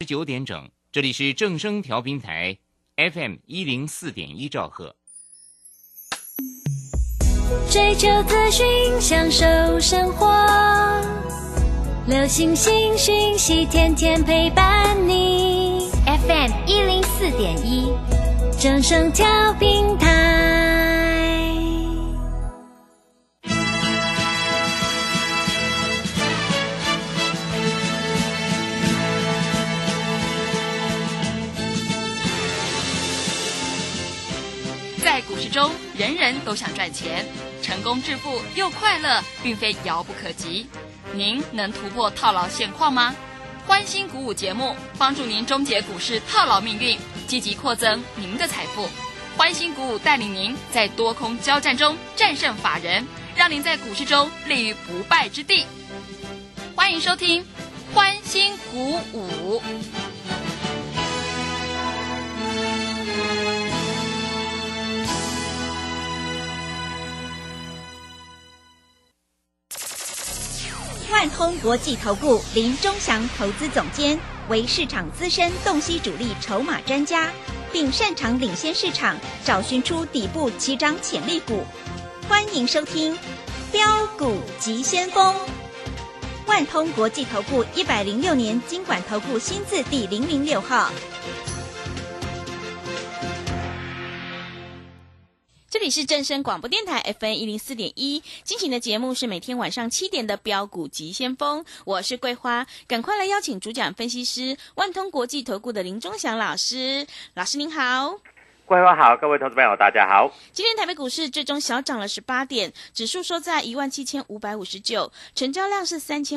9点整，这里是正声调频台 FM 104.1兆赫。 追求资讯，享受生活，流行新讯息，天天陪伴你。FM 104.1，正声调频台。 在股市中，人人都想赚钱，成功致富又快乐，并非遥不可及。您能突破套牢现况吗？欢欣鼓舞节目帮助您终结股市套牢命运，积极扩增您的财富。欢欣鼓舞带领您在多空交战中战胜法人，让您在股市中立于不败之地。欢迎收听欢欣鼓舞。 万通国际投顾林钟祥投资总监为市场资深洞悉主力筹码专家，并擅长领先市场，找寻出底部起涨潜力股。欢迎收听标股急先锋。万通国际投顾106年金管投顾新字第006号。 这里是正声广播电台 FM 104.1，进行的节目是每天晚上7点的标股急先锋，我是桂花，赶快来邀请主讲分析师万通国际投顾的林钟祥老师。老师您好。 桂花好，各位投资朋友大家好。 今天台北股市最终小涨了18点，指数收在17559，成交量是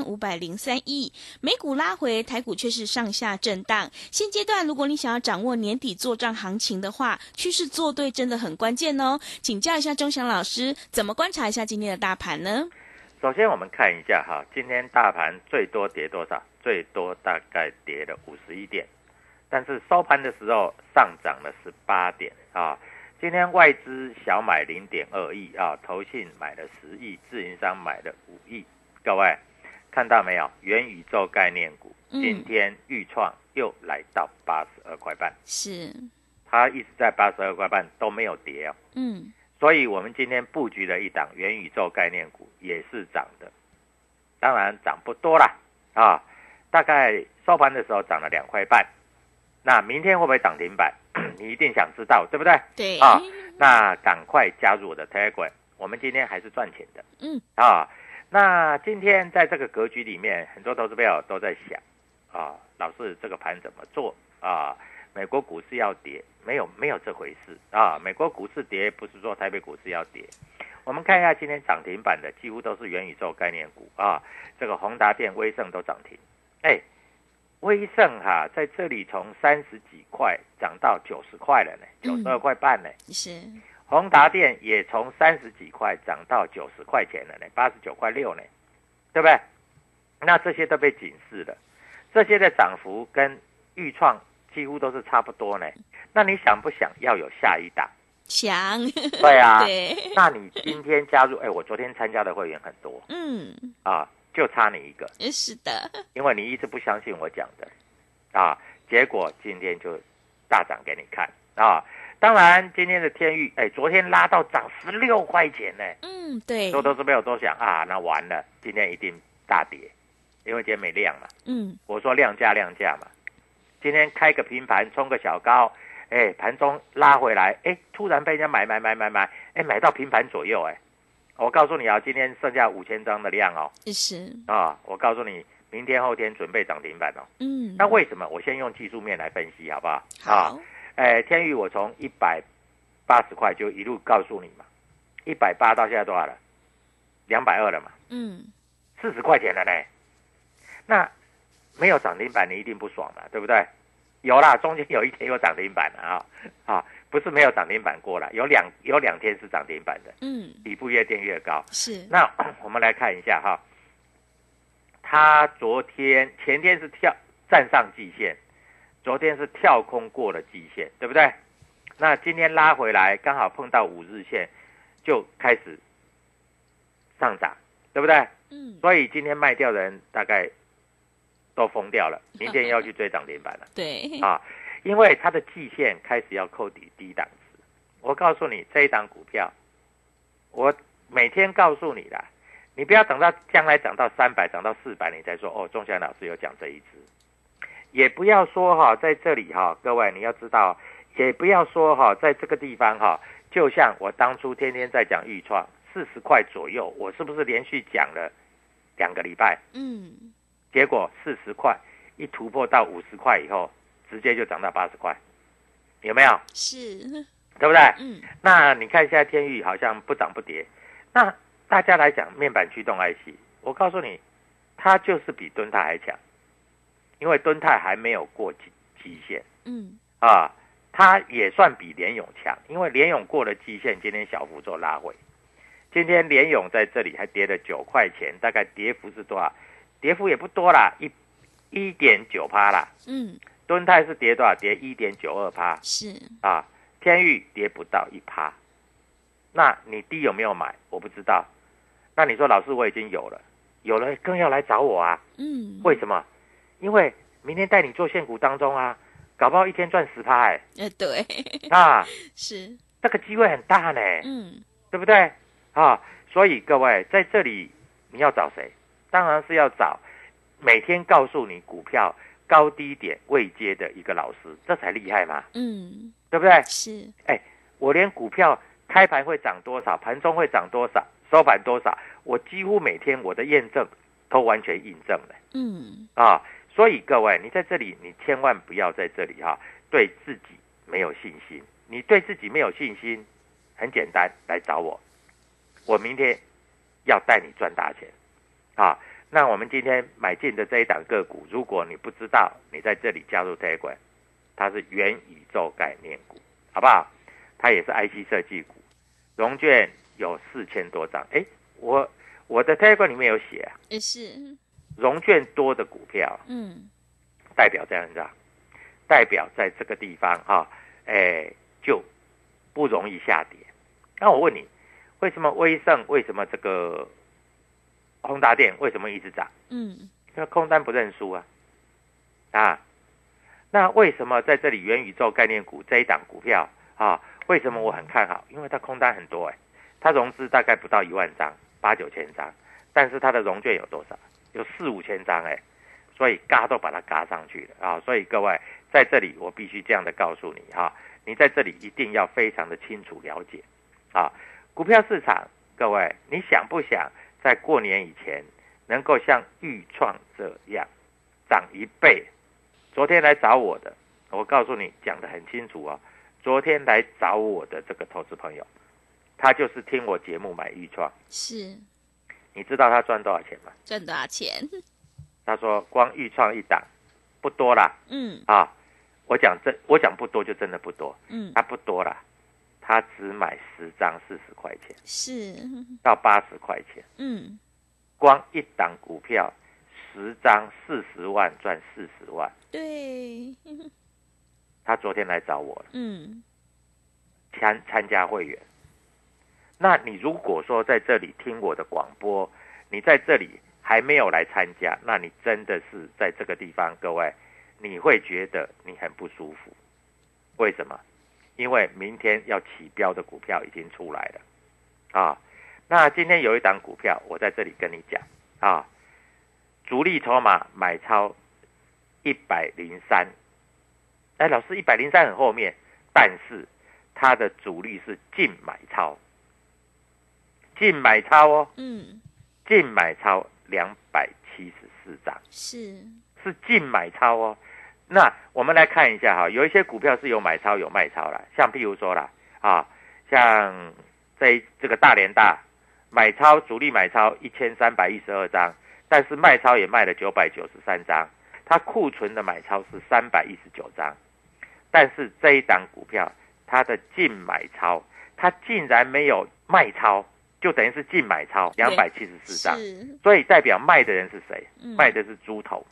3503亿。美股拉回，台股却是上下震荡。现阶段如果你想要掌握年底作战行情的话，趋势做对真的很关键哦。请教一下钟祥老师，怎么观察一下今天的大盘呢？ 首先我们看一下哈，今天大盘最多跌多少？最多大概跌了51点。但是收盘的时候上涨了18点啊！今天外资小买0.2亿啊，投信买了10亿，自营商买了5亿。各位看到没有？元宇宙概念股今天预创又来到82块半， 是它一直在82块半都没有跌哦。所以我们今天布局了一档元宇宙概念股也是涨的，当然涨不多啦啊，大概收盘的时候涨了2块半。那明天会不会涨停板？你一定想知道，对不对？ 对啊，那赶快加入我的 Telegram， 我们今天还是赚钱的。那今天在这个格局里面，很多投资朋友都在想啊，老师这个盘怎么做啊？美国股市要跌，没有这回事啊！美国股市跌不是说台北股市要跌。我们看一下今天涨停板的，几乎都是元宇宙概念股啊，这个宏达电、威盛都涨停。威盛在这里从30几块涨到90块了呢，92块半呢。 是。 宏达电也从30几块涨到90块钱了呢，89块6呢，对不对？那这些都被警示了，这些的涨幅跟预创几乎都是差不多呢。那你想不想要有下一档？ 想。 对啊。 对。 那你今天加入，我昨天参加的会员很多。就差你一个。 是的。因为你一直不相信我讲的啊，结果今天就大涨给你看啊。当然今天的天钰昨天拉到涨16块钱呢。 对。 所有投资朋友都想啊，那完了，今天一定大跌，因为今天没量嘛。我说量价嘛。今天开个平盘冲个小高，盘中拉回来，突然被人家买，买到平盘左右。我告诉你啊，今天剩下5000张的量哦。 是啊，我告诉你，明天后天准备涨停板哦。那为什么？我先用技术面来分析，好不好？ 好。 天钰我从180块就一路告诉你嘛，180到现在多少了？220了嘛。40块钱了呢。那没有涨停板，你一定不爽嘛，对不对？有啦，中间有一天有涨停板了不是没有涨停板过了，有两天是涨停板的，底部越垫越高。 是。 那我们来看一下哈，它前天是站上季线，昨天是跳空过了季线，对不对？那今天拉回来，刚好碰到5日线，就开始上涨，对不对？所以今天卖掉的人大概都疯掉了，明天要去追涨停板了。 对啊，因为它的季线开始要扣底低档次。我告诉你，这一档股票，我每天告诉你啦，你不要等到将来涨到300、涨到400，你再说哦，钟祥老师有讲这一支，也不要说哈，在这里哈，各位你要知道，也不要说哈，在这个地方哈，就像我当初天天在讲豫创40块左右，我是不是连续讲了2个礼拜？结果40块一突破到50块以后，直接就涨到80块，有没有？ 是， 对不对？那你看现在天宇好像不涨不跌，那大家来讲面板驱动 IC， 我告诉你，它就是比敦泰还强，因为敦泰还没有过极限，它也算比联咏强，因为联咏过了极限，今天小幅做拉回，今天联咏在这里还跌了9块钱，大概跌幅是多少？跌幅也不多啦，1.9% 啦。敦泰是跌多少？跌1.92%。 是啊，天宇跌不到1%。那你低有没有买？我不知道。那你说老师我已经有了更要来找我啊？为什么？因为明天带你做现股当中啊，搞不好一天赚10% 对啊， 是这个机会很大呢。对不对？啊，所以各位在这里你要找谁？当然是要找每天告诉你股票高低点位阶的一个老师，这才厉害嘛。对不对？ 是。 我连股票开盘会涨多少，盘中会涨多少，收盘多少，我几乎每天我的验证都完全印证了。所以各位，你在这里，你千万不要在这里对自己没有信心。你对自己没有信心，很简单，来找我，我明天要带你赚大钱。那我们今天买进的这一档个股，如果你不知道，你在这里加入 Telegram， 它是元宇宙概念股，好不好？它也是 IC 设计股，融券有4000多张。我的 Telegram 里面有写是融券多的股票，代表这样子，代表在这个地方就不容易下跌。那我问你，为什么威盛，为什么这个宏达电为什么一直涨？因为空单不认输啊。那为什么在这里元宇宙概念股这一档股票为什么我很看好？因为它空单很多它融资大概不到1万张，8、9千张，但是它的融券有多少？有4、5千张所以嘎都把它嘎上去了所以各位在这里我必须这样的告诉你你在这里一定要非常的清楚了解股票市场，各位你想不想在过年以前能够像豫创这样涨1倍？昨天来找我的，我告诉你讲得很清楚昨天来找我的这个投资朋友，他就是听我节目买豫创。 是， 你知道他赚多少钱吗？ 赚多少钱？ 他说光豫创一档不多啦。我讲不多就真的不多。他不多啦，他只买10张40块钱， 是到80块钱。光一档股票10张40万赚40万。 对。 他昨天来找我了。参加会员。那你如果说在这里听我的广播，你在这里还没有来参加，那你真的是在这个地方，各位你会觉得你很不舒服。为什么？因为明天要起标的股票已经出来了那今天有一档股票，我在这里跟你讲主力筹码买超103。老师103很后面，但是它的主力是净买超净买超274张，是净买超那我们来看一下有一些股票是有买超有卖超啦，像譬如说啦像这个大联大买超主力买超1312张，但是卖超也卖了993张，它库存的买超是319张，但是这一档股票它的净买超，它竟然没有卖超，就等于是净买超274张，所以代表卖的人是谁？卖的是猪头。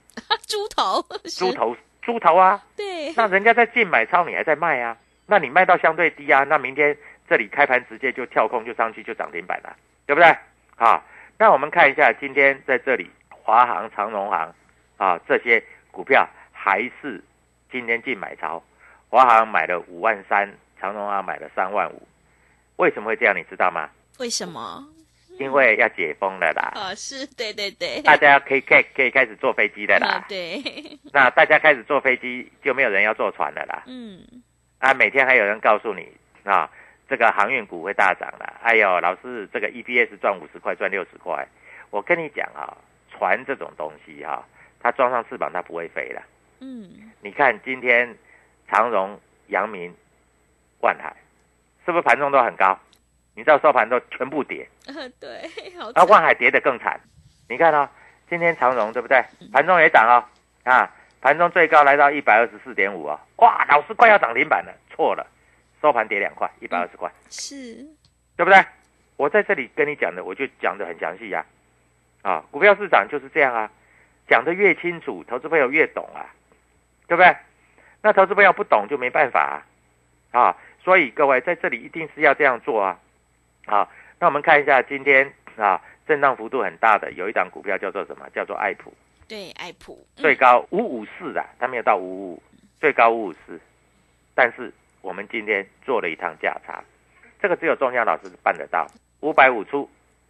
猪头对，那人家在净买超，你还在卖那你卖到相对低那明天这里开盘直接就跳空就上去就涨停板了，对不对？那我们看一下今天在这里华航、长荣航这些股票还是今天净买超，华航买了53000，长荣航买了35000，为什么会这样？你知道吗？ 为什么？ 因为要解封了啦。 是，对对对， 大家可以开始坐飞机了啦。 对， 那大家开始坐飞机，就没有人要坐船了啦。每天还有人告诉你这个航运股会大涨了。哎呦，老师，这个 EPS 赚50块，赚60块。我跟你讲船这种东西它装上翅膀它不会飞了。你看今天长荣、阳明、万海，是不是盘中都很高？你知道收盘都全部跌。 对，好惨。 然后万海跌得更惨。你看今天长荣对不对？盘中也涨盘中最高来到 124.5 哇，老师快要涨停板了。错了，收盘跌2块，120块。 是， 对不对？我在这里跟你讲的，我就讲得很详细股票市场就是这样讲得越清楚，投资朋友越懂对不对？那投资朋友不懂就没办法所以各位在这里一定是要这样做那我们看一下今天震荡幅度很大的有一档股票叫做什么？叫做爱普。 对，爱普最高554它没有到555，最高554。但是我们今天做了一趟价差，这个只有中江老师办得到。550出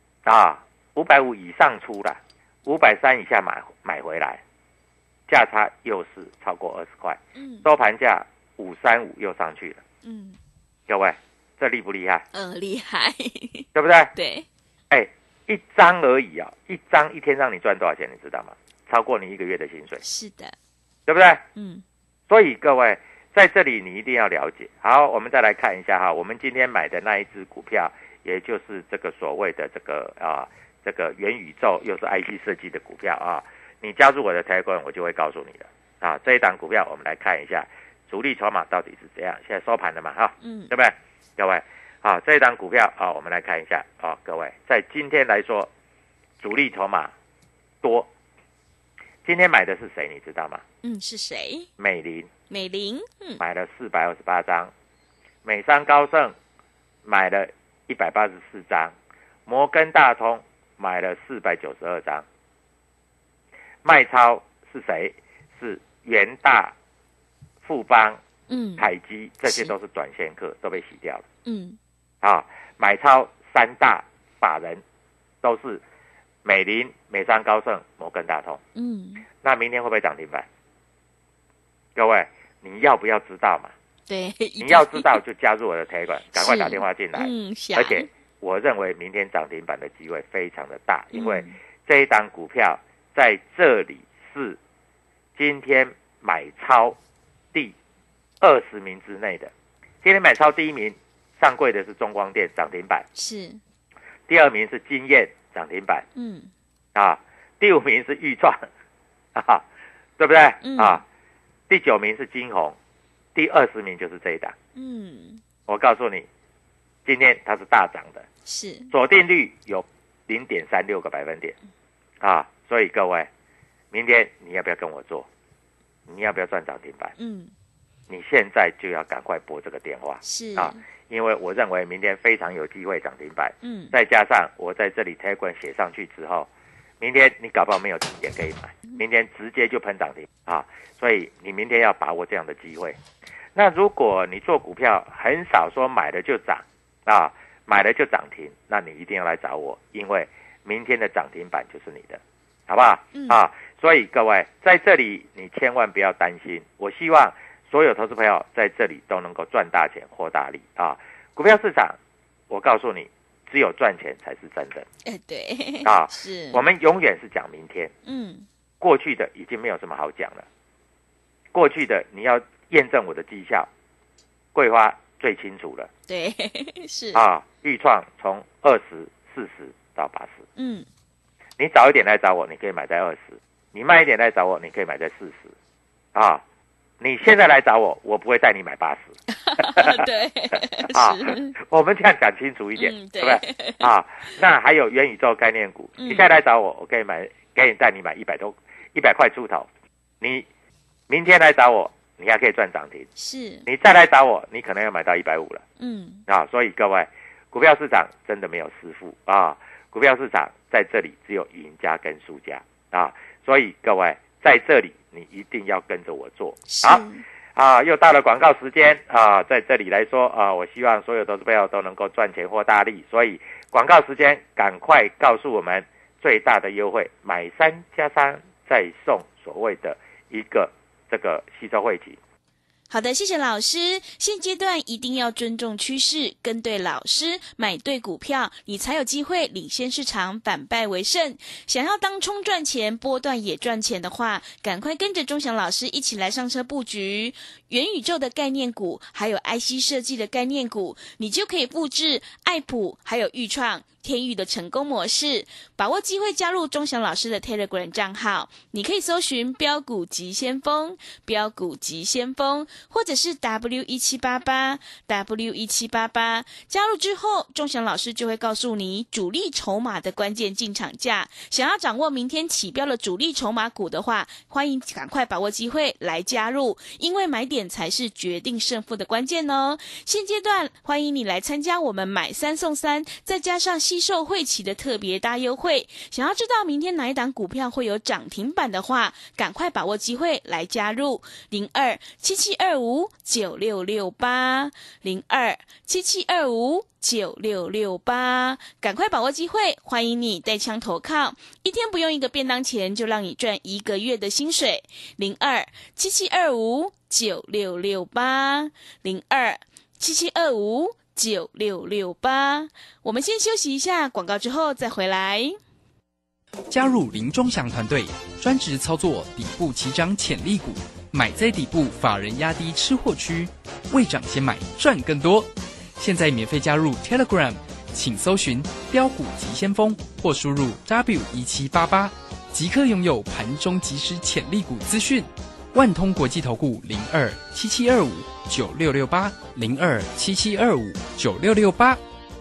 550以上出了，530以下买回来，价差又是超过20块。收盘价535又上去了。各位，这厉不厉害？ 厉害， 对不对？ 对。 一张而已一张一天让你赚多少钱？你知道吗？超过你1个月的薪水。 是的， 对不对？所以各位在这里你一定要了解。好，我们再来看一下我们今天买的那一只股票，也就是这个所谓的这个元宇宙又是 IC 设计的股票你加入我的Telegram，我就会告诉你的这一档股票我们来看一下主力筹码到底是怎样。现在收盘了嘛对不对？各位这一档股票我们来看一下各位在今天来说主力筹码多。今天买的是谁你知道吗？ 是谁？ 美林买了428张，美商高盛买了184张，摩根大通买了492张。卖超是谁？是元大、富邦、凯基，这些都是短线客，都被洗掉了。买超3大法人都是美林、美商高盛、摩根大通。那明天会不会涨停板？各位，你要不要知道嘛？ 对， 你要知道就加入我的 Telegram， 赶快打电话进来。而且我认为明天涨停板的机会非常的大，因为这一档股票在这里是今天买超第20名之内的。今天买超第1名上柜的是中光电涨停板， 是。 第2名是金燕涨停板，第5名是裕创，对不对？第9名是金鸿，第20名就是这一档。我告诉你，今天它是大涨的， 是锁定率有0.36个百分点所以各位，明天你要不要跟我做？你要不要赚涨停板？你现在就要赶快拨这个电话， 是因为我认为明天非常有机会涨停板。再加上我在这里 Telegram 写上去之后，明天你搞不好没有点可以买，明天直接就喷涨停所以你明天要把握这样的机会。那如果你做股票很少说买了就涨买了就涨停，那你一定要来找我，因为明天的涨停板就是你的，好不好？所以各位在这里你千万不要担心，我希望所有投资朋友在这里都能够赚大钱获大利股票市场我告诉你，只有赚钱才是真的。 对是我们永远是讲明天。过去的已经没有什么好讲了，过去的你要验证我的绩效，桂花最清楚了。 对是裕创从20、40到80。你早一点来找我，你可以买在20；你慢一点来找我，你可以买在40。你现在来找我，我不会带你买80。 对我们这样讲清楚一点，对不对？那还有元宇宙概念股，你现在来找我，我可以带你买100块出头。你明天来找我，你还可以赚涨停。 是， 你再来找我，你可能要买到150了。所以各位，股票市场真的没有师傅股票市场在这里只有赢家跟输家所以各位在这里你一定要跟着我做。好又到了广告时间在这里来说我希望所有投资朋友都能够赚钱获大利，所以广告时间赶快告诉我们最大的优惠，买3+3再送所谓的一个这个吸收汇集。 好的，谢谢老师。现阶段一定要尊重趋势，跟对老师，买对股票，你才有机会领先市场，反败为胜。想要当冲赚钱，波段也赚钱的话，赶快跟着钟祥老师一起来上车布局元宇宙的概念股，还有 IC 设计的概念股，你就可以复制爱普还有裕创、天宇的成功模式。把握机会加入钟祥老师的 Telegram 账号，你可以搜寻标股急先锋，标股急先锋，或者是 W1788 W1788。加入之后，钟祥老师就会告诉你主力筹码的关键进场价。想要掌握明天起标的主力筹码股的话，欢迎赶快把握机会来加入，因为买点才是决定胜负的关键哦。现阶段欢迎你来参加我们买3送3，再加上吸收汇期的特别大优惠。想要知道明天哪一档股票会有涨停板的话，赶快把握机会来加入02-7725-9668 02-7725-9668，赶快把握机会，欢迎你带枪投靠，一天不用一个便当钱就让你赚1个月的薪水。02-7725-9668 02-7725-9668。我们先休息一下广告，之后再回来。 加入林钟祥团队，专职操作底部起涨潜力股，买在底部，法人压低吃货区，未涨先买赚更多。现在免费加入 Telegram， 请搜寻标股急先锋或输入 W1788， 即刻拥有盘中即时潜力股资讯。万通国际投顾02-7725-9668 02-7725-9668，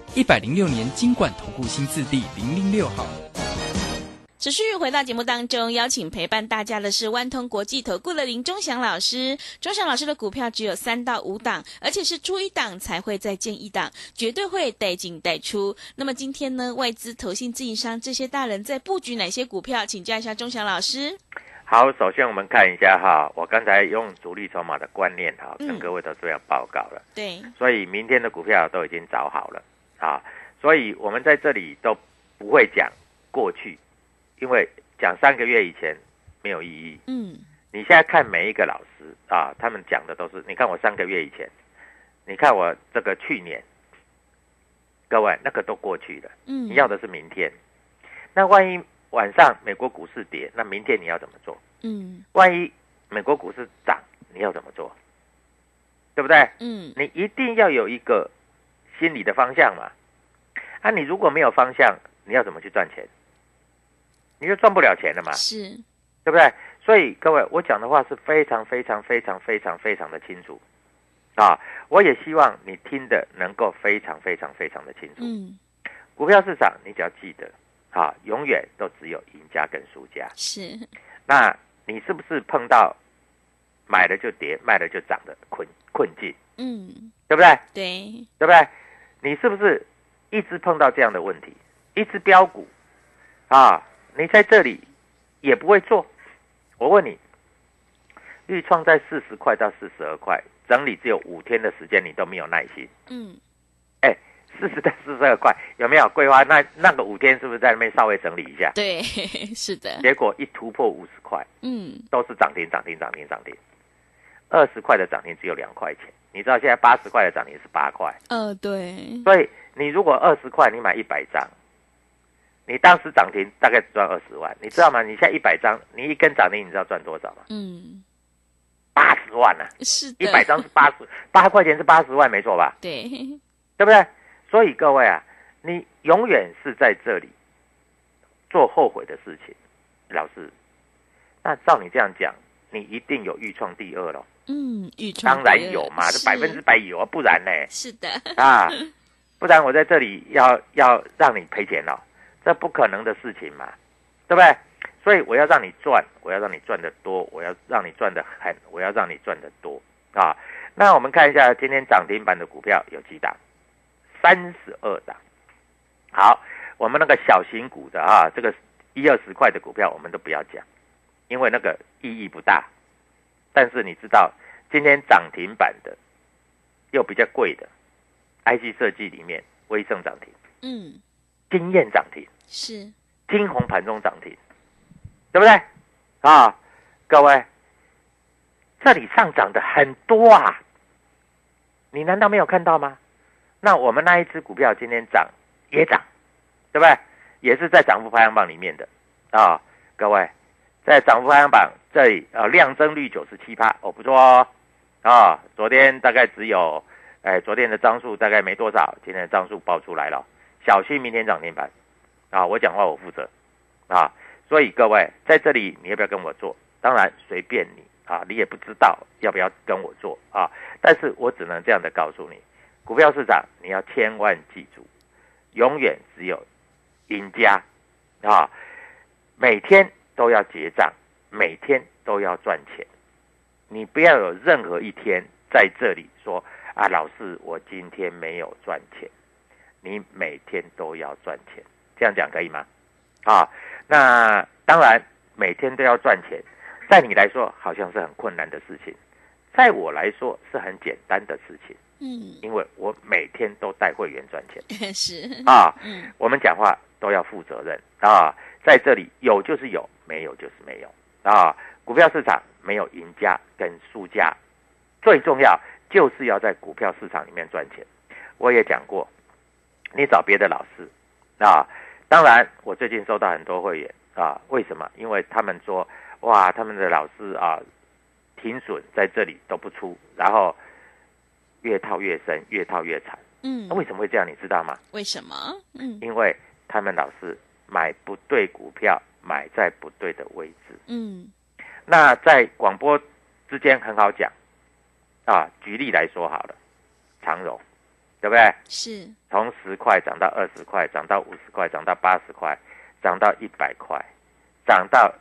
106年金管投顾新字第006号。 持续回到节目当中，邀请陪伴大家的是万通国际投顾的林钟祥老师。钟祥老师的股票只有3到5档，而且是出一档才会再建一档，绝对会带进带出。那么今天呢，外资、投信、自营商这些大人在布局哪些股票？请教一下钟祥老师。 好，首先我们看一下我刚才用主力筹码的观念跟各位都这样报告了。 对， 所以明天的股票都已经找好了所以我们在这里都不会讲过去，因为讲3个月以前没有意义。你现在看每一个老师他们讲的都是，你看我3个月以前，你看我这个去年，各位那个都过去了。你要的是明天。那万一晚上美国股市跌，那明天你要怎么做？万一美国股市涨，你要怎么做？对不对？你一定要有一个心理的方向嘛。你如果没有方向，你要怎么去赚钱？你就赚不了钱了嘛。 是， 对不对？所以各位，我讲的话是非常非常非常非常非常的清楚我也希望你听的能够非常非常非常的清楚。股票市场你只要记得永远都只有赢家跟输家。 是， 那你是不是碰到买了就跌，卖了就涨的困境？对不对？ 对， 对不对？你是不是一直碰到这样的问题？一只标股你在这里也不会做。我问你，裕创在40块到42块整理只有5天的时间，你都没有耐心。40到42块有没有？桂花那个5天是不是在那边稍微整理一下？ 对，是的。 结果一突破50块，都是涨停涨停涨停涨停。20块的涨停只有2块钱，你知道现在80块的涨停是8块。 对。 所以你如果20块你买100张，你当时涨停大概只赚20万，你知道吗？你现在100张，你一根涨停，你知道赚多少吗？80万啊！ 是的 ，100张是8块钱是80万，没错吧？ 对， 对不对？所以各位你永远是在这里做后悔的事情。老师，那照你这样讲，你一定有裕创第2咯。 裕创当然有嘛，这100%有不然呢？ 是的不然我在这里要让你赔钱了，这不可能的事情嘛，对不对？所以我要让你赚，我要让你赚得多，我要让你赚得狠，我要让你赚得多那我们看一下今天涨停板的股票有几档？32档。好，我们那个小型股的这个1-20块的股票我们都不要讲， 因为那个意义不大。但是你知道今天涨停板的又比较贵的 IC 设计里面，威盛涨停，经验涨停， 是金鸿盘中涨停，对不对啊？各位，这里上涨的很多啊，你难道没有看到吗？那我们那一只股票今天涨也涨，对不对？也是在涨幅排行榜里面的啊，各位，在涨幅排行榜这里量增率97%，不错哦，啊，昨天大概只有，昨天的张数大概没多少，今天的张数爆出来了，小心明天涨停板啊！我讲话我负责啊，所以各位在这里你要不要跟我做？当然随便你啊，你也不知道要不要跟我做啊，但是我只能这样的告诉你，股票市场你要千万记住，永远只有赢家啊，每天都要结账，每天都要赚钱，你不要有任何一天在这里说啊，老师我今天没有赚钱，你每天都要赚钱，这样讲可以吗？啊，那当然每天都要赚钱，在你来说好像是很困难的事情，在我来说是很简单的事情，因为我每天都带会员赚钱， 是啊，我们讲话都要负责任啊，在这里有就是有，没有就是没有啊，股票市场没有赢家跟输家，最重要就是要在股票市场里面赚钱。我也讲过，你找别的老师啊，当然我最近收到很多会员啊，为什么？因为他们说哇，他们的老师啊停损在这里都不出，然后越套越深，越套越惨。为什么会这样？你知道吗？ 为什么？ 因为他们老师买不对股票，买在不对的位置。那在广播之间很好讲啊，举例来说好了，长荣，对不对？ 是从10块涨到20块，涨到50块，涨到80块，涨到100块，涨到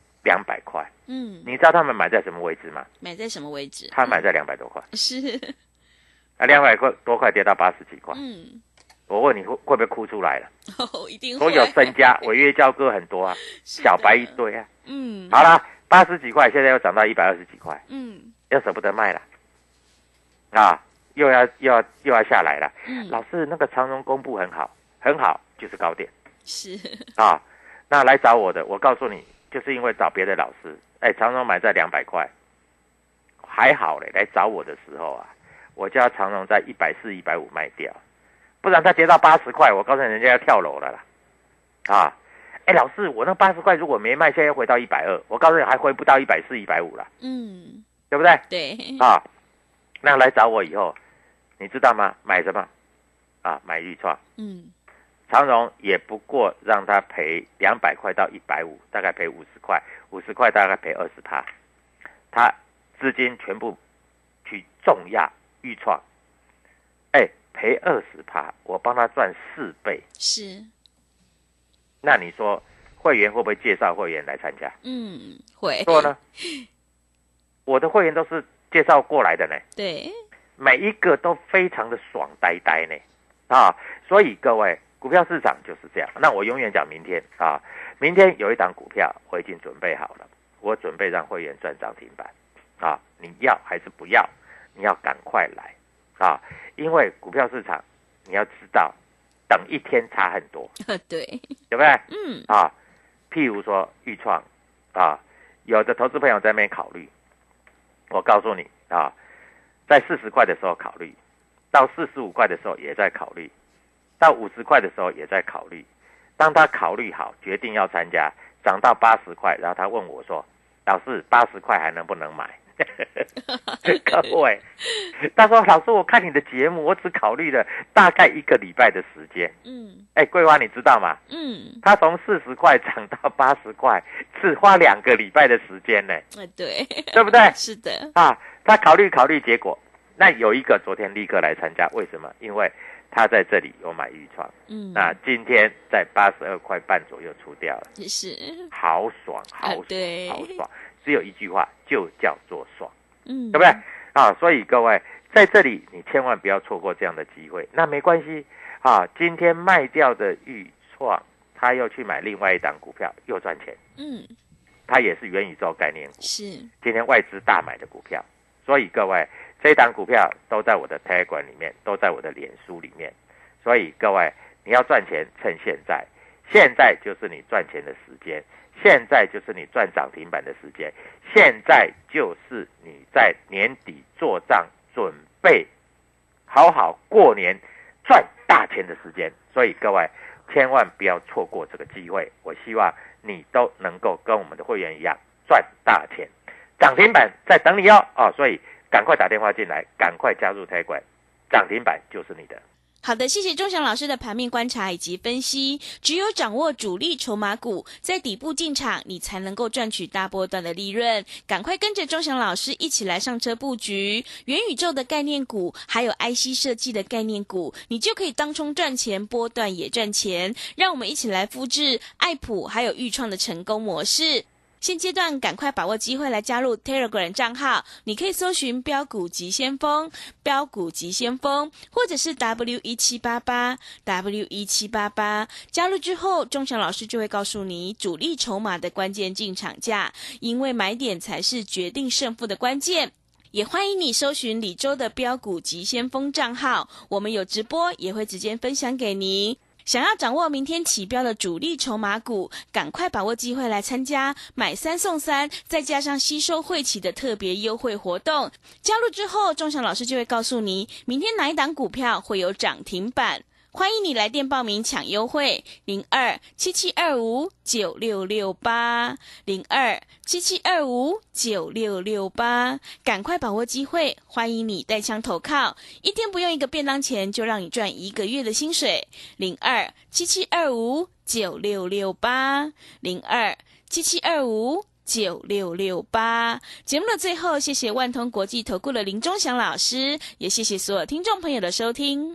200块。你知道他们买在什么位置吗？ 买在什么位置？ 他买在200多块。 是 200多块跌到80几块。我问你会不会哭出来了？ 一定会。 所有身家违约交割很多啊，小白一堆啊。好了，80几块现在又涨到120几块。又舍不得卖了啊，又要下来了。老师，那个长荣公布很好，很好，就是高点。 是啊，那来找我的，我告诉你，就是因为找别的老师，长荣买在200块，还好嘞。来找我的时候啊，我叫长荣在140、150卖掉，不然他跌到80块，我告诉你，人家要跳楼了啦。啊，老师，我那80块如果没卖，现在又回到120，我告诉你还回不到140、150了。对不对？ 对啊，那来找我以后，你知道吗？买什么？啊，买裕创。长荣也不过让他赔200块到150，大概赔50块，50块大概赔20%。他资金全部去重压裕创，赔20%，我帮他赚4倍。 是。 那你说会员会不会介绍会员来参加？ 会。 说呢？我的会员都是介绍过来的呢。 对。 每一个都非常的爽呆呆呢。啊，所以各位，股票市场就是这样。那我永远讲明天啊，明天有一档股票我已经准备好了，我准备让会员赚涨停板啊，你要还是不要？你要赶快来啊，因为股票市场你要知道，等一天差很多。 对， 对不对？啊，譬如说裕创啊，有的投资朋友在那边考虑，我告诉你啊，在40块的时候考虑，到45块的时候也在考虑，到50块的时候也在考虑。当他考虑好，决定要参加，涨到80块，然后他问我说：“老师，80块还能不能买？”各位，他说：“老师，我看你的节目，我只考虑了大概1个礼拜的时间。”桂花，你知道吗？他从40块涨到80块，只花2个礼拜的时间呢。 对， 对不对？ 是的。 啊，他考虑，结果那有一个昨天立刻来参加，为什么？因为他在这里有买裕创，那今天在82块半左右出掉了， 是， 好爽，好爽， 对， 好爽，只有一句话，就叫做爽， 对不对？啊，所以各位在这里，你千万不要错过这样的机会。那没关系啊，今天卖掉的裕创，他又去买另外一档股票，又赚钱， 它也是元宇宙概念股， 是今天外资大买的股票。所以各位，这一档股票都在我的 Telegram 里面，都在我的脸书里面。所以各位，你要赚钱趁现在，现在就是你赚钱的时间，现在就是你赚涨停板的时间，现在就是你在年底做账准备好好过年赚大钱的时间。所以各位千万不要错过这个机会，我希望你都能够跟我们的会员一样赚大钱，涨停板在等你哦。所以赶快打电话进来，赶快加入Telegram，涨停板就是你的。 好的，谢谢钟祥老师的盘面观察以及分析。只有掌握主力筹码股，在底部进场，你才能够赚取大波段的利润。赶快跟着钟祥老师一起来上车布局元宇宙的概念股，还有 IC 设计的概念股，你就可以当冲赚钱，波段也赚钱。让我们一起来复制爱普还有裕创的成功模式。现阶段赶快把握机会来加入 Telegram 账号，你可以搜寻标股急先锋，标股急先锋，或者是 W1788 W1788。加入之后，钟祥老师就会告诉你主力筹码的关键进场价，因为买点才是决定胜负的关键。也欢迎你搜寻李州的标股急先锋账号，我们有直播也会直接分享给您。想要掌握明天起标的主力筹码股，赶快把握机会来参加买3送3，再加上吸收会期的特别优惠活动。加入之后，钟祥老师就会告诉你明天哪一档股票会有涨停板。欢迎你来电报名抢优惠，02-7725-9668 02-7725-9668，赶快把握机会，欢迎你带枪投靠，一天不用一个便当钱就让你赚1个月的薪水，02-7725-9668 02-7725-9668。节目的最后，谢谢万通国际投顾的林钟祥老师，也谢谢所有听众朋友的收听。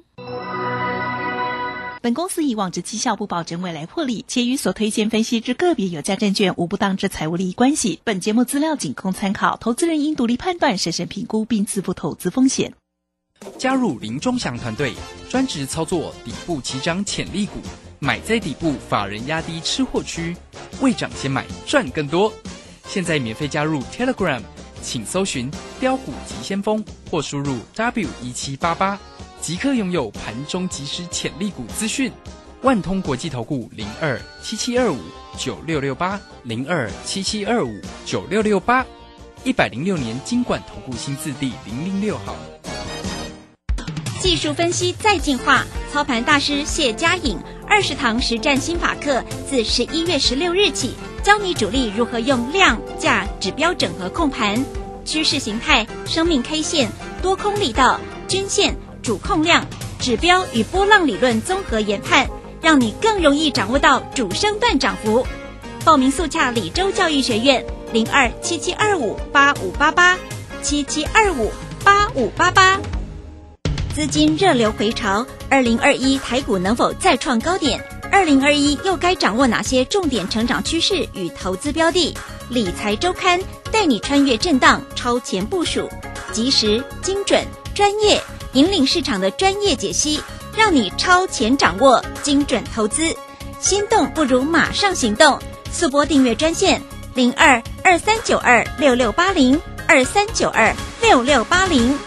本公司以往之绩效不保证未来获利，且与所推荐分析之个别有价证券无不当之财务利益关系。本节目资料仅供参考，投资人应独立判断、审慎评估并自负投资风险。 加入林钟祥团队，专职操作底部起涨潜力股，买在底部，法人压低吃货区，未涨先买赚更多。现在免费加入 Telegram， 请搜寻标股急先锋或输入 W1788。即刻拥有盘中即时潜力股资讯。万通国际投顾02-7725-9668 02-7725-9668 106年金管投顾新字第006号。 技术分析再进化，操盘大师谢佳颖20堂实战心法课，自11月16日起，教你主力如何用量价指标整合控盘，趋势形态、生命 K 线、多空力道、均线、主控量、指标与波浪理论综合研判，让你更容易掌握到主升段涨幅。报名速洽李州教育学院02-7725-8588 7725-8588。资金热流回潮，2021台股能否再创高点？2021又该掌握哪些重点成长趋势与投资标的？理财周刊带你穿越震荡，超前部署，及时、精准、专业，引领市场的专业解析，让你超前掌握精准投资。心动不如马上行动，速拨订阅专线02-2392-6680 2392-6680。